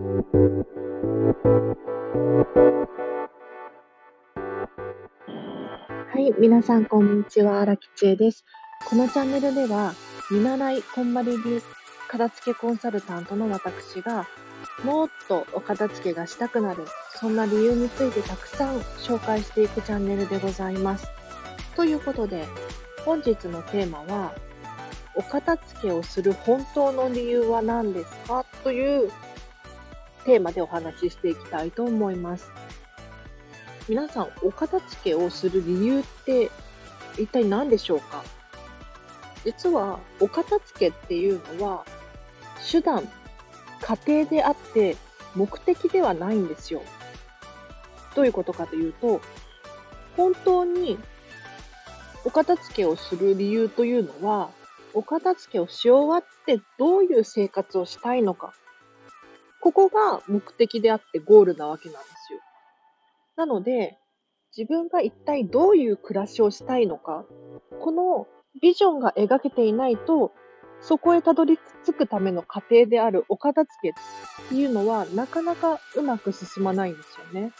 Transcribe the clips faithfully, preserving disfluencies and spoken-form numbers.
はい、皆さんこんにちは、荒木千恵です。このチャンネルでは、見習いこんまり流片付けコンサルタントの私が、もっとお片付けがしたくなる、そんな理由についてたくさん紹介していくチャンネルでございます。ということで、本日のテーマは、お片付けをする本当の理由は何ですかというテーマでお話ししていきたいと思います。皆さん、お片付けをする理由って一体何でしょうか？実は、お片付けっていうのは、手段、過程であって、目的ではないんですよ。どういうことかというと、本当にお片付けをする理由というのは、お片付けをし終わってどういう生活をしたいのか。ここが目的であってゴールなわけなんですよ。なので、自分が一体どういう暮らしをしたいのか、このビジョンが描けていないと、そこへたどり着くための過程であるお片付けっていうのは、なかなかうまく進まないんですよね。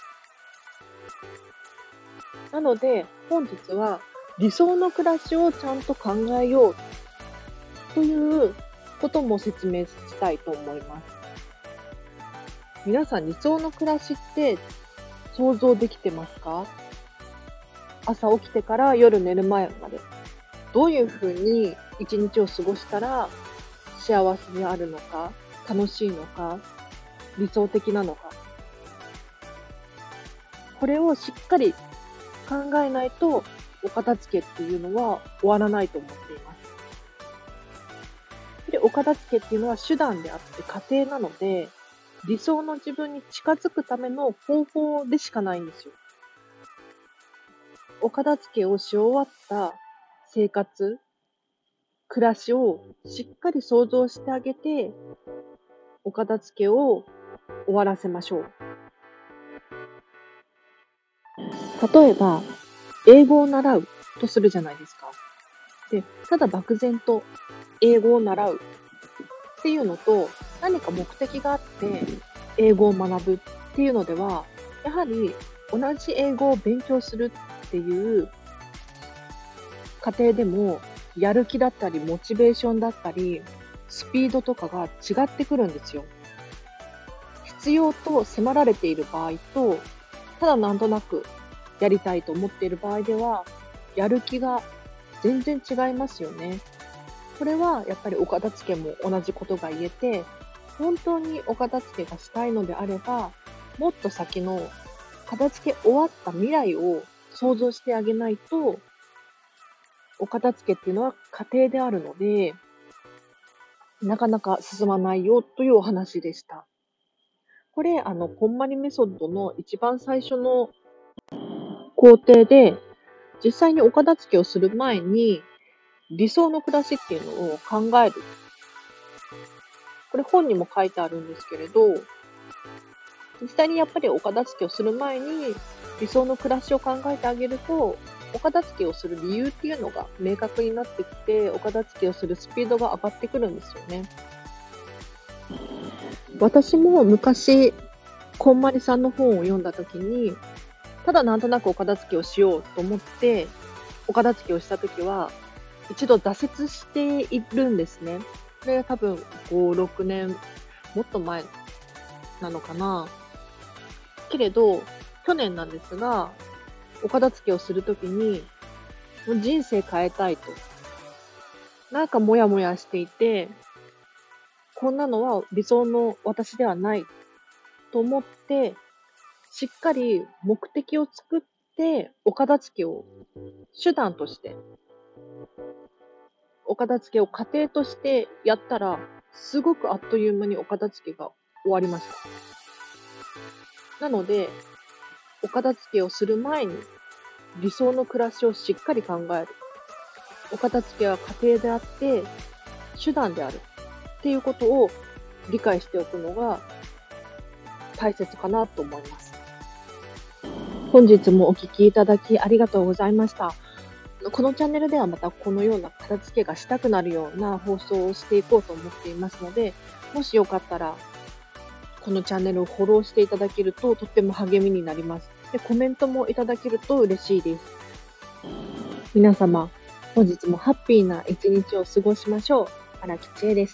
なので、本日は理想の暮らしをちゃんと考えようということも説明したいと思います。皆さん、理想の暮らしって想像できてますか？朝起きてから夜寝る前まで、どういうふうに一日を過ごしたら幸せであるのか、楽しいのか、理想的なのか。これをしっかり考えないと、お片付けっていうのは終わらないと思っています。で、お片付けっていうのは手段であって過程なので、理想の自分に近づくための方法でしかないんですよ。お片付けをし終わった生活、暮らしをしっかり想像してあげて、お片付けを終わらせましょう。例えば、英語を習うとするじゃないですか。で、ただ漠然と英語を習うっていうのと、何か目的があって英語を学ぶっていうのでは、やはり同じ英語を勉強するっていう過程でも、やる気だったり、モチベーションだったり、スピードとかが違ってくるんですよ。必要と迫られている場合と、ただなんとなくやりたいと思っている場合では、やる気が全然違いますよね。これはやっぱりお片付けも同じことが言えて、本当にお片付けがしたいのであれば、もっと先の片付け終わった未来を想像してあげないと、お片付けっていうのは過程であるので、なかなか進まないよというお話でした。これ、あの、こんまりメソッドの一番最初の工程で、実際にお片付けをする前に、理想の暮らしっていうのを考える。これ本にも書いてあるんですけれど、実際にやっぱりお片付けをする前に、理想の暮らしを考えてあげると、お片付けをする理由っていうのが明確になってきて、お片付けをするスピードが上がってくるんですよね。私も昔、こんまりさんの本を読んだ時に、ただなんとなくお片付けをしようと思って、お片付けをした時は、一度挫折しているんですね。これは多分ご、ろくねん、もっと前なのかな。けれど、去年なんですが、お片付けをするときに、もう人生変えたいと。なんかモヤモヤしていて、こんなのは理想の私ではないと思って、しっかり目的を作って、お片付けを手段として、お片付けを過程としてやったら、すごくあっという間にお片付けが終わりました。なので、お片付けをする前に理想の暮らしをしっかり考える。お片付けは過程であって、手段であるっていうことを理解しておくのが大切かなと思います。本日もお聞きいただきありがとうございました。このチャンネルではまたこのような片付けがしたくなるような放送をしていこうと思っていますので、もしよかったらこのチャンネルをフォローしていただけるととっても励みになります。で、コメントもいただけると嬉しいです。皆様、本日もハッピーな一日を過ごしましょう。荒木千恵でした。